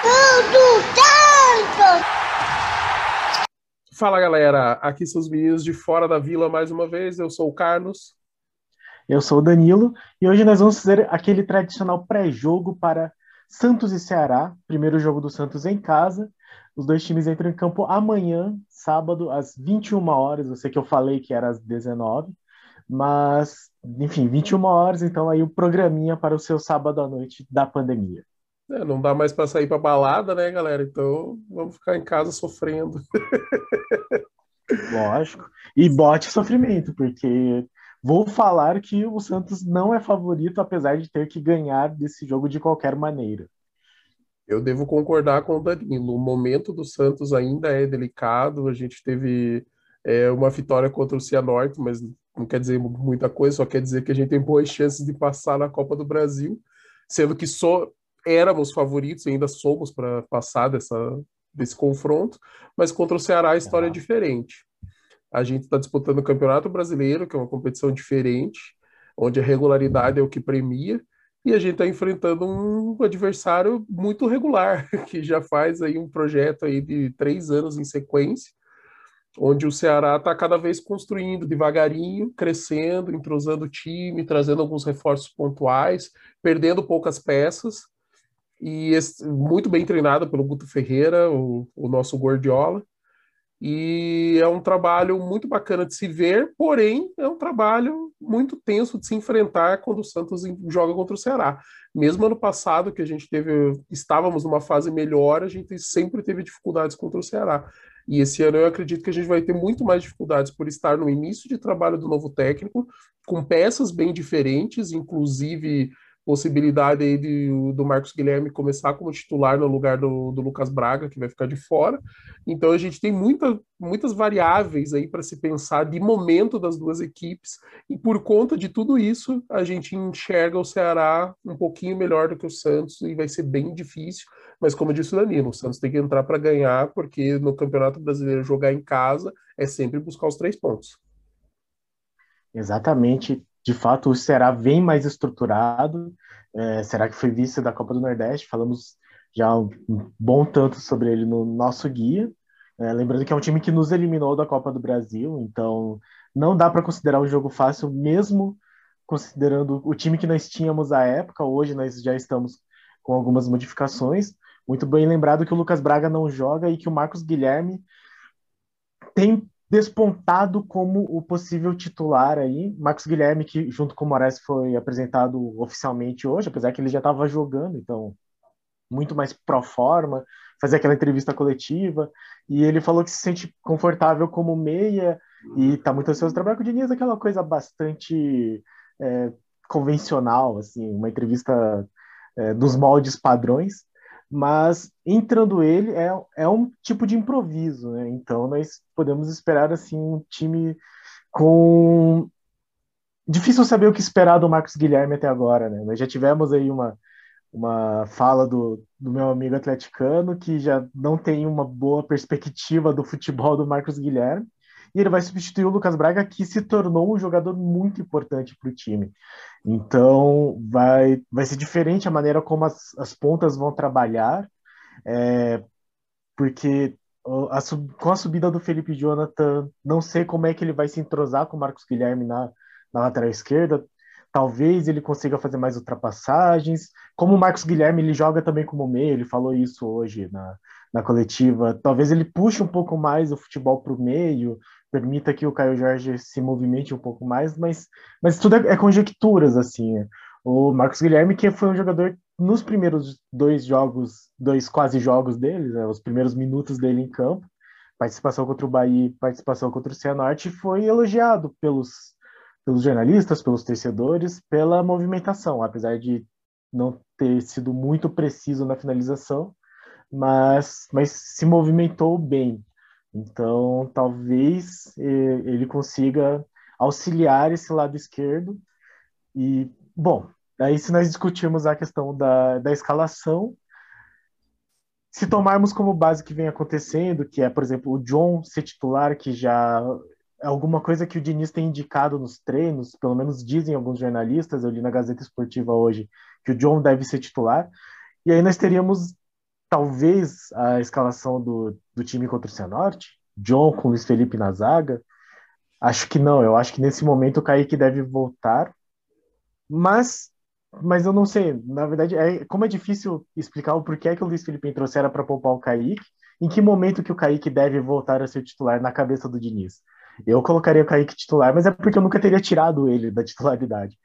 Tudo tanto! Fala galera, aqui são os meninos de Fora da Vila mais uma vez. Eu sou o Carlos. Eu sou o Danilo e hoje nós vamos fazer aquele tradicional pré-jogo para Santos e Ceará, primeiro jogo do Santos em casa. Os dois times entram em campo amanhã, sábado, às 21 horas. Eu sei que eu falei que era às 19, mas, enfim, 21 horas, então aí o programinha para o seu sábado à noite da pandemia. Não dá mais para sair para balada, né, galera? Então vamos ficar em casa sofrendo. Lógico. E bote sofrimento, porque vou falar que o Santos não é favorito, apesar de ter que ganhar desse jogo de qualquer maneira. Eu devo concordar com o Danilo. O momento do Santos ainda é delicado. A gente teve uma vitória contra o Cianorte, mas não quer dizer muita coisa, só quer dizer que a gente tem boas chances de passar na Copa do Brasil, sendo que só éramos favoritos, ainda somos para passar desse confronto, mas contra o Ceará a história é Tá? diferente. A gente está disputando o Campeonato Brasileiro, que é uma competição diferente, onde a regularidade é o que premia, e a gente está enfrentando um adversário muito regular, que já faz aí um projeto aí de 3 anos em sequência, onde o Ceará está cada vez construindo devagarinho, crescendo, entrosando o time, trazendo alguns reforços pontuais, perdendo poucas peças, e muito bem treinado pelo Guto Ferreira, o nosso Guardiola. E é um trabalho muito bacana de se ver, porém é um trabalho muito tenso de se enfrentar quando o Santos joga contra o Ceará. Mesmo ano passado, que a gente estávamos numa fase melhor, a gente sempre teve dificuldades contra o Ceará. E esse ano eu acredito que a gente vai ter muito mais dificuldades por estar no início de trabalho do novo técnico, com peças bem diferentes, inclusive possibilidade aí do Marcos Guilherme começar como titular no lugar do Lucas Braga, que vai ficar de fora. Então a gente tem muitas variáveis aí para se pensar de momento das duas equipes, e por conta de tudo isso, a gente enxerga o Ceará um pouquinho melhor do que o Santos e vai ser bem difícil. Mas como disse o Danilo, o Santos tem que entrar para ganhar, porque no Campeonato Brasileiro jogar em casa é sempre buscar os 3 pontos. Exatamente. De fato, o Ceará vem mais estruturado. Será que foi vice da Copa do Nordeste? Falamos já um bom tanto sobre ele no nosso guia. Lembrando que é um time que nos eliminou da Copa do Brasil, então não dá para considerar um jogo fácil, mesmo considerando o time que nós tínhamos à época. Hoje nós já estamos com algumas modificações. Muito bem lembrado que o Lucas Braga não joga e que o Marcos Guilherme tem despontado como o possível titular aí. Marcos Guilherme, que junto com o Moraes foi apresentado oficialmente hoje, apesar que ele já estava jogando, então muito mais pro forma, fazer aquela entrevista coletiva, e ele falou que se sente confortável como meia e está muito ansioso de trabalhar com o Diniz, aquela coisa bastante é, convencional, assim, uma entrevista dos moldes padrões, mas entrando ele é um tipo de improviso, né? Então nós podemos esperar assim um time com difícil saber o que esperar do Marcos Guilherme até agora, né? Nós já tivemos aí uma fala do meu amigo atleticano que já não tem uma boa perspectiva do futebol do Marcos Guilherme. E ele vai substituir o Lucas Braga, que se tornou um jogador muito importante para o time. Então, vai ser diferente a maneira como as pontas vão trabalhar, porque com a subida do Felipe Jonathan, não sei como é que ele vai se entrosar com o Marcos Guilherme na lateral esquerda. Talvez ele consiga fazer mais ultrapassagens. Como o Marcos Guilherme ele joga também como meio, ele falou isso hoje na coletiva. Talvez ele puxe um pouco mais o futebol para o meio, permita que o Caio Jorge se movimente um pouco mais, mas tudo é conjecturas, assim. O Marcos Guilherme, que foi um jogador nos primeiros dois quase jogos dele, né, os primeiros minutos dele em campo, participação contra o Bahia, participação contra o Cianorte, foi elogiado pelos jornalistas, pelos torcedores, pela movimentação, apesar de não ter sido muito preciso na finalização, mas se movimentou bem. Então, talvez ele consiga auxiliar esse lado esquerdo. E, bom, aí se nós discutirmos a questão da escalação, se tomarmos como base que vem acontecendo, que é, por exemplo, o John ser titular, que já é alguma coisa que o Diniz tem indicado nos treinos, pelo menos dizem alguns jornalistas, eu li na Gazeta Esportiva hoje, que o John deve ser titular, e aí nós teríamos talvez a escalação do time contra o Cianorte, John com Luiz Felipe na zaga, acho que não, eu acho que nesse momento o Kaique deve voltar, mas, mas eu não sei, na verdade, como é difícil explicar o porquê que o Luiz Felipe entrou, se era para poupar o Kaique, em que momento que o Kaique deve voltar a ser titular na cabeça do Diniz. Eu colocaria o Kaique titular, mas é porque eu nunca teria tirado ele da titularidade.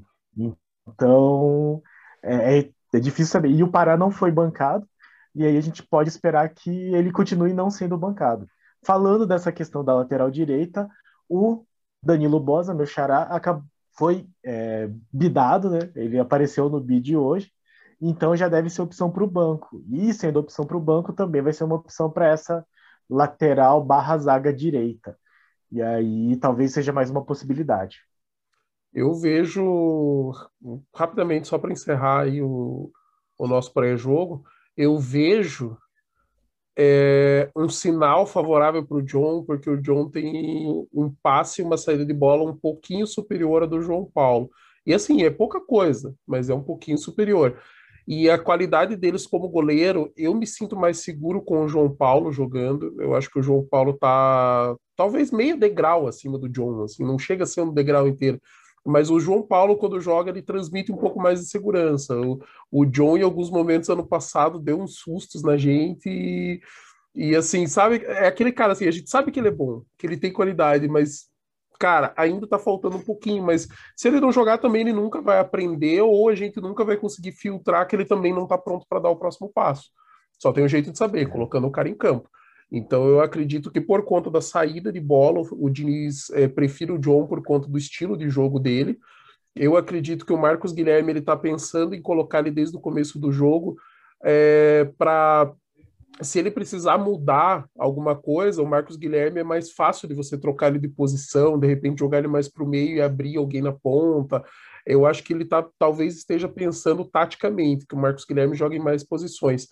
Então, é difícil saber. E o Pará não foi bancado, e aí a gente pode esperar que ele continue não sendo bancado. Falando dessa questão da lateral direita, o Danilo Bosa, meu xará, foi bidado, né? Ele apareceu no bid hoje, então já deve ser opção para o banco. E sendo opção para o banco, também vai ser uma opção para essa lateral barra zaga direita. E aí talvez seja mais uma possibilidade. Eu vejo, rapidamente, só para encerrar aí o nosso pré-jogo, eu vejo um sinal favorável para o John, porque o John tem um passe e uma saída de bola um pouquinho superior à do João Paulo. E assim, é pouca coisa, mas é um pouquinho superior. E a qualidade deles como goleiro, eu me sinto mais seguro com o João Paulo jogando. Eu acho que o João Paulo tá talvez meio degrau acima do John, assim, não chega a ser um degrau inteiro. Mas o João Paulo, quando joga, ele transmite um pouco mais de segurança. O John, em alguns momentos, ano passado, deu uns sustos na gente e assim, sabe? É aquele cara assim, a gente sabe que ele é bom, que ele tem qualidade, mas, cara, ainda tá faltando um pouquinho. Mas se ele não jogar também, ele nunca vai aprender, ou a gente nunca vai conseguir filtrar que ele também não tá pronto para dar o próximo passo. Só tem um jeito de saber, colocando o cara em campo. Então eu acredito que por conta da saída de bola, o Diniz prefere o John por conta do estilo de jogo dele. Eu acredito que o Marcos Guilherme ele está pensando em colocar ele desde o começo do jogo para se ele precisar mudar alguma coisa, o Marcos Guilherme é mais fácil de você trocar ele de posição, de repente jogar ele mais para o meio e abrir alguém na ponta. Eu acho que ele talvez esteja pensando taticamente, que o Marcos Guilherme jogue em mais posições.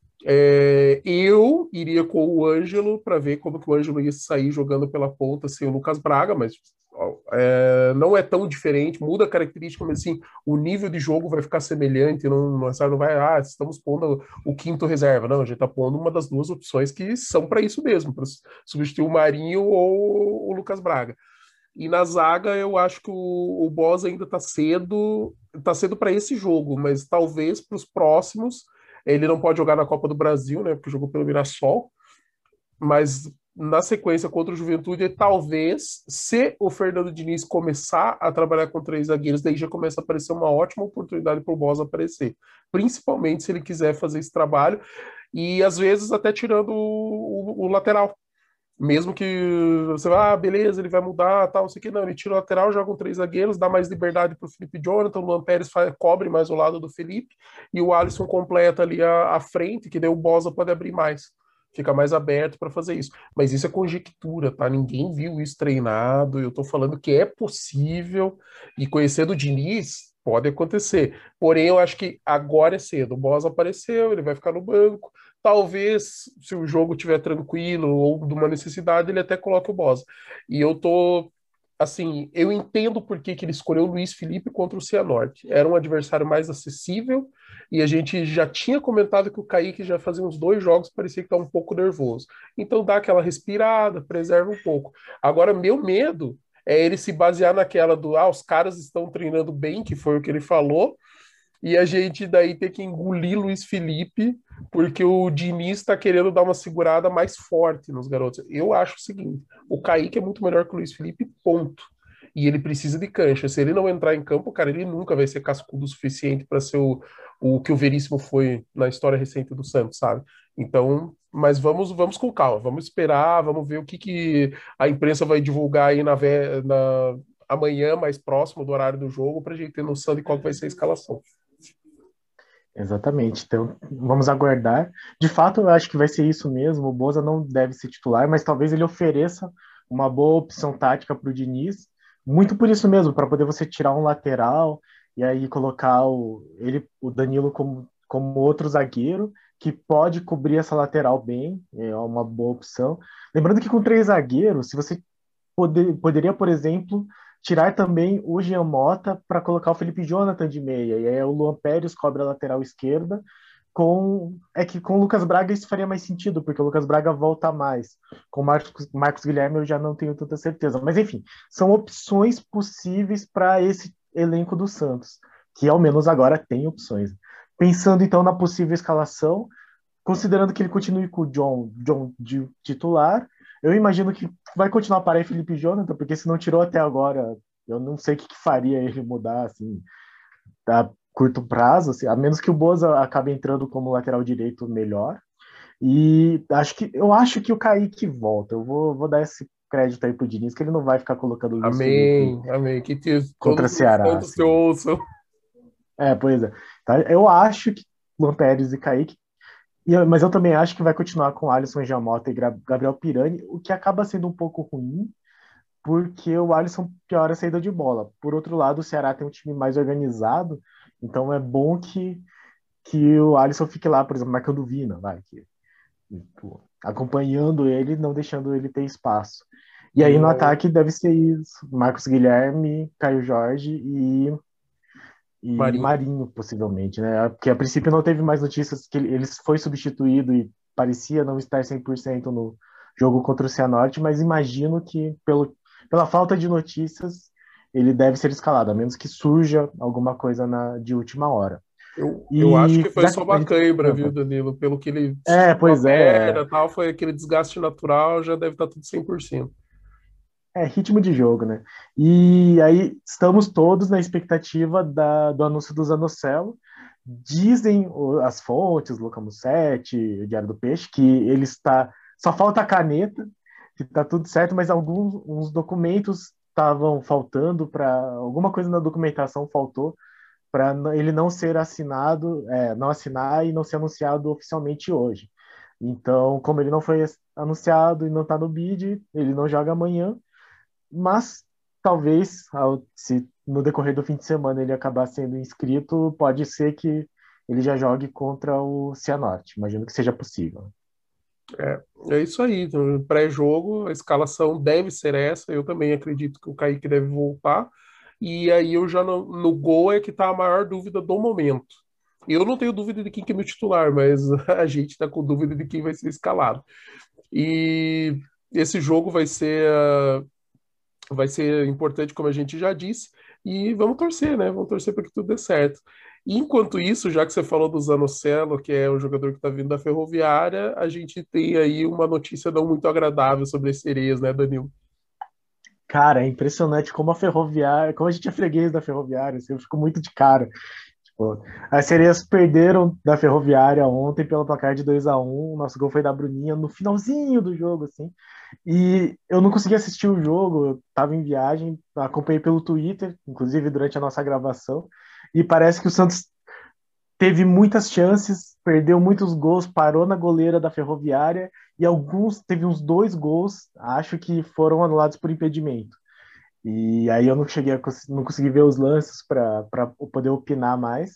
Eu iria com o Ângelo para ver como que o Ângelo ia sair jogando pela ponta sem o Lucas Braga, mas não é tão diferente, muda a característica, mas assim, o nível de jogo vai ficar semelhante, não vai, estamos pondo o quinto reserva, não, a gente está pondo uma das duas opções que são para isso mesmo, para substituir o Marinho ou o Lucas Braga. E na zaga eu acho que o Bosz ainda está cedo para esse jogo, mas talvez para os próximos ele não pode jogar na Copa do Brasil, né? Porque jogou pelo Mirassol. Mas na sequência contra o Juventude, talvez, se o Fernando Diniz começar a trabalhar com três zagueiros, daí já começa a aparecer uma ótima oportunidade para o Bosz aparecer. Principalmente se ele quiser fazer esse trabalho. E às vezes até tirando o lateral. Mesmo que você vá, beleza, ele vai mudar, tal, não sei o que, não, ele tira o lateral, joga com três zagueiros, dá mais liberdade para o Felipe Jonathan, o Luan Pérez cobre mais o lado do Felipe, e o Alisson completa ali a frente, que daí o Bosa pode abrir mais, fica mais aberto para fazer isso. Mas isso é conjectura, tá? Ninguém viu isso treinado, eu tô falando que é possível, e conhecendo o Diniz, pode acontecer. Porém, eu acho que agora é cedo, o Bosa apareceu, ele vai ficar no banco, talvez, se o jogo estiver tranquilo ou de uma necessidade, ele até coloque o Bosa. E eu tô, assim, eu entendo por que ele escolheu o Luiz Felipe contra o Cianorte. Era um adversário mais acessível e a gente já tinha comentado que o Kaique já fazia uns 2 jogos, parecia que estava um pouco nervoso. Então dá aquela respirada, preserva um pouco. Agora, meu medo é ele se basear naquela os caras estão treinando bem, que foi o que ele falou, e a gente daí ter que engolir Luiz Felipe, porque o Diniz está querendo dar uma segurada mais forte nos garotos. Eu acho o seguinte: o Kaique é muito melhor que o Luiz Felipe, ponto. E ele precisa de cancha. Se ele não entrar em campo, cara, ele nunca vai ser cascudo o suficiente para ser o que o Veríssimo foi na história recente do Santos, sabe? Então, mas vamos com calma, vamos esperar, vamos ver o que a imprensa vai divulgar aí amanhã, mais próximo do horário do jogo, para a gente ter noção de qual vai ser a escalação. Exatamente. Então, vamos aguardar. De fato, eu acho que vai ser isso mesmo. O Boza não deve ser titular, mas talvez ele ofereça uma boa opção tática para o Diniz. Muito por isso mesmo, para poder você tirar um lateral e aí colocar o Danilo como outro zagueiro que pode cobrir essa lateral bem. É uma boa opção. Lembrando que com três zagueiros, se você poderia, por exemplo, tirar também o Jean Mota para colocar o Felipe Jonathan de meia. E aí o Luan Pérez cobre a lateral esquerda É que com o Lucas Braga isso faria mais sentido, porque o Lucas Braga volta mais. Com o Marcos Guilherme eu já não tenho tanta certeza. Mas enfim, são opções possíveis para esse elenco do Santos, que ao menos agora tem opções. Pensando então na possível escalação, considerando que ele continue com o John de titular, eu imagino que vai continuar para aí Felipe Jonathan, porque se não tirou até agora, eu não sei o que faria ele mudar assim a curto prazo, assim, a menos que o Boza acabe entrando como lateral direito melhor. E eu acho que o Kaique volta. Vou dar esse crédito aí pro Diniz, que ele não vai ficar colocando o Luiz Felipe Amém, amém. Que contra todos os Ceará, santos te assim. ouçam. Pois é. Tá? Eu acho que Luan Pérez e Kaique, mas eu também acho que vai continuar com Alisson Jamota e Gabriel Pirani, o que acaba sendo um pouco ruim, porque o Alisson piora a saída de bola. Por outro lado, o Ceará tem um time mais organizado, então é bom que o Alisson fique lá, por exemplo, marcando o Vina, vai, tipo, acompanhando ele, não deixando ele ter espaço. E aí no Não, ataque deve ser isso: Marcos Guilherme, Caio Jorge e Marinho. Marinho, possivelmente, né? Porque a princípio não teve mais notícias que ele foi substituído e parecia não estar 100% no jogo contra o Cianorte, mas imagino que pela falta de notícias ele deve ser escalado, a menos que surja alguma coisa de última hora. Eu acho E que foi já só que uma cãibra, viu, Danilo? Pelo que ele esticou a pois é. perna e tal, foi aquele desgaste natural, já deve estar tudo 100%. É ritmo de jogo, né? E aí estamos todos na expectativa do anúncio do Zanocelo. Dizem as fontes, Luca Mussetti, o Diário do Peixe, que ele está. Só falta a caneta, que está tudo certo, mas alguns uns documentos estavam faltando para. Alguma coisa na documentação faltou para ele não ser assinado, não assinar e não ser anunciado oficialmente hoje. Então, como ele não foi anunciado e não está no bid, ele não joga amanhã, mas talvez, se no decorrer do fim de semana ele acabar sendo inscrito, pode ser que ele já jogue contra o Cianorte. Imagino que seja possível. É, é isso aí. Então, pré-jogo, a escalação deve ser essa. Eu também acredito que o Kaique deve voltar. E aí eu já no gol é que tá a maior dúvida do momento. Eu não tenho dúvida de quem que é meu titular, mas a gente está com dúvida de quem vai ser escalado. E esse jogo vai ser importante, como a gente já disse, e vamos torcer, né? Vamos torcer para que tudo dê certo. E enquanto isso, já que você falou do Zanocelo, que é o jogador que está vindo da Ferroviária, a gente tem aí uma notícia não muito agradável sobre as sereias, né, Danilo? Cara, é impressionante como a Ferroviária, como a gente é freguês da Ferroviária, assim, eu fico muito de cara. Tipo, as sereias perderam da Ferroviária ontem pelo placar de 2-1. O nosso gol foi da Bruninha no finalzinho do jogo, assim. E eu não consegui assistir o jogo, eu estava em viagem, acompanhei pelo Twitter, inclusive durante a nossa gravação, e parece que o Santos teve muitas chances, perdeu muitos gols, parou na goleira da Ferroviária, e teve uns 2 gols, acho que foram anulados por impedimento. E aí eu não consegui ver os lances para poder opinar mais,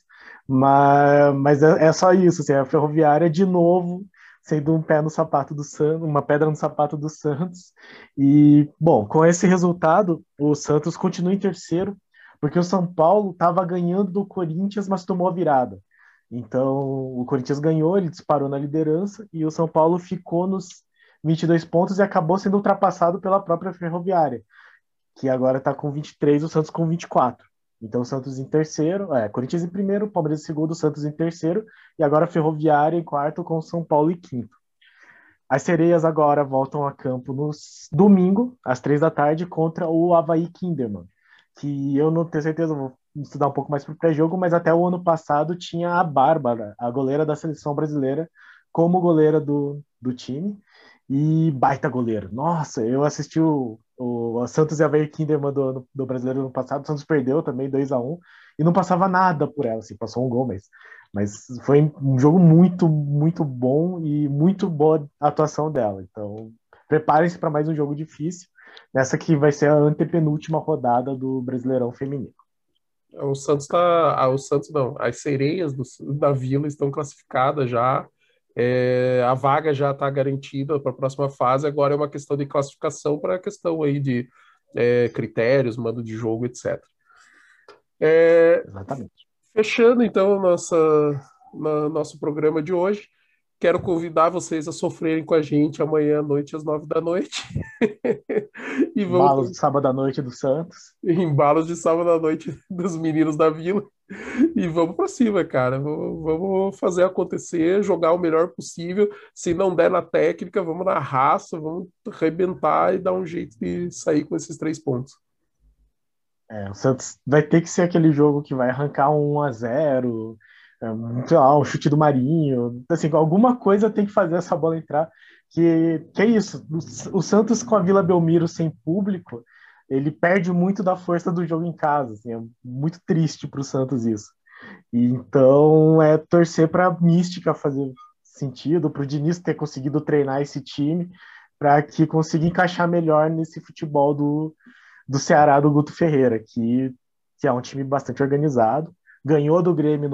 mas é só isso, assim, a Ferroviária de novo sendo um pé no sapato do Santos, uma pedra no sapato do Santos. E bom, com esse resultado, o Santos continua em terceiro, porque o São Paulo estava ganhando do Corinthians, mas tomou a virada. Então, o Corinthians ganhou, ele disparou na liderança e o São Paulo ficou nos 22 pontos e acabou sendo ultrapassado pela própria Ferroviária, que agora está com 23, o Santos com 24. Então, o Santos em terceiro, Corinthians em primeiro, Palmeiras em segundo, Santos em terceiro, e agora Ferroviária em quarto, com São Paulo em quinto. As sereias agora voltam a campo no domingo, às 3 da tarde, contra o Avaí Kinderman, que eu não tenho certeza, vou estudar um pouco mais para o pré-jogo, mas até o ano passado tinha a Bárbara, a goleira da seleção brasileira, como goleira do time, e baita goleiro. Nossa, eu assisti o Santos e Avaí Kinderman do Brasileiro ano passado, o Santos perdeu também 2-1, e não passava nada por ela, assim, passou um gol, mas foi um jogo muito, muito bom e muito boa a atuação dela. Então, preparem-se para mais um jogo difícil, nessa que vai ser a antepenúltima rodada do Brasileirão Feminino. O Santos tá. O Santos não, as sereias da Vila estão classificadas já. A vaga já está garantida para a próxima fase. Agora é uma questão de classificação para a questão aí de critérios, mando de jogo, etc. É, Exatamente. fechando então no nosso programa de hoje. Quero convidar vocês a sofrerem com a gente amanhã à noite, às 9 da noite. E Balos vamos de sábado à noite do Santos. embalos de sábado à noite dos meninos da Vila. E vamos para cima, cara. Vamos fazer acontecer, jogar o melhor possível. Se não der na técnica, vamos na raça, vamos arrebentar e dar um jeito de sair com esses 3 pontos. O Santos vai ter que ser aquele jogo que vai arrancar um 1-0, sei lá, um chute do Marinho. Assim, alguma coisa tem que fazer essa bola entrar. Que é isso. O Santos com a Vila Belmiro sem público, ele perde muito da força do jogo em casa. Assim, é muito triste para o Santos isso. E então é torcer para a mística fazer sentido, para o Diniz ter conseguido treinar esse time, para que consiga encaixar melhor nesse futebol do Ceará, do Guto Ferreira, que é um time bastante organizado. Ganhou do Grêmio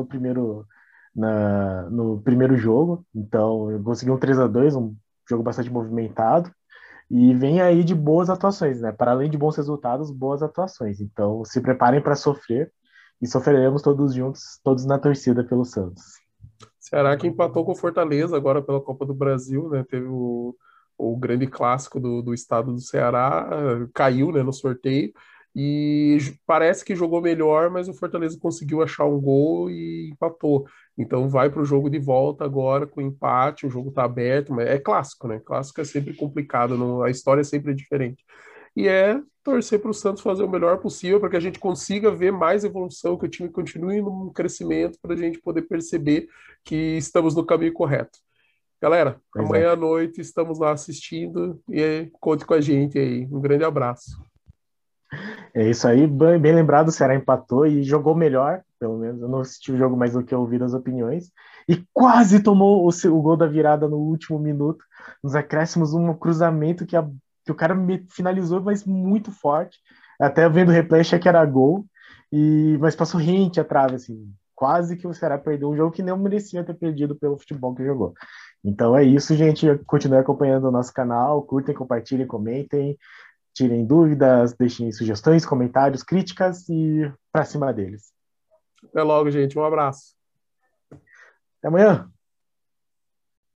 no primeiro jogo, então conseguiu um 3-2, um jogo bastante movimentado. E vem aí de boas atuações, né? Para além de bons resultados, boas atuações. Então se preparem para sofrer e sofreremos todos juntos, todos na torcida pelo Santos. Ceará que empatou com o Fortaleza agora pela Copa do Brasil, né? Teve o grande clássico do estado do Ceará, caiu, né, no sorteio, e parece que jogou melhor, mas o Fortaleza conseguiu achar um gol e empatou. Então vai para o jogo de volta agora com empate, o jogo está aberto, mas é clássico, né? Clássico é sempre complicado, a história é sempre diferente. E é torcer para o Santos fazer o melhor possível para que a gente consiga ver mais evolução, que o time continue no crescimento, para a gente poder perceber que estamos no caminho correto. Galera, Pois é. amanhã à noite estamos lá assistindo e conte com a gente aí. Um grande abraço. É isso aí, bem lembrado, o Ceará empatou e jogou melhor, pelo menos. Eu não assisti o jogo mais do que eu ouvi das opiniões. E quase tomou o gol da virada no último minuto, nos acréscimos, um cruzamento que o cara finalizou, mas muito forte. Até vendo o replay, achei que era gol, mas passou rente a trave, assim. Quase que o Ceará perdeu um jogo que não merecia ter perdido pelo futebol que jogou. Então é isso, gente. Continue acompanhando o nosso canal, curtem, compartilhem, comentem. Tirem dúvidas, deixem sugestões, comentários, críticas e para cima deles. Até logo, gente. Um abraço. Até amanhã!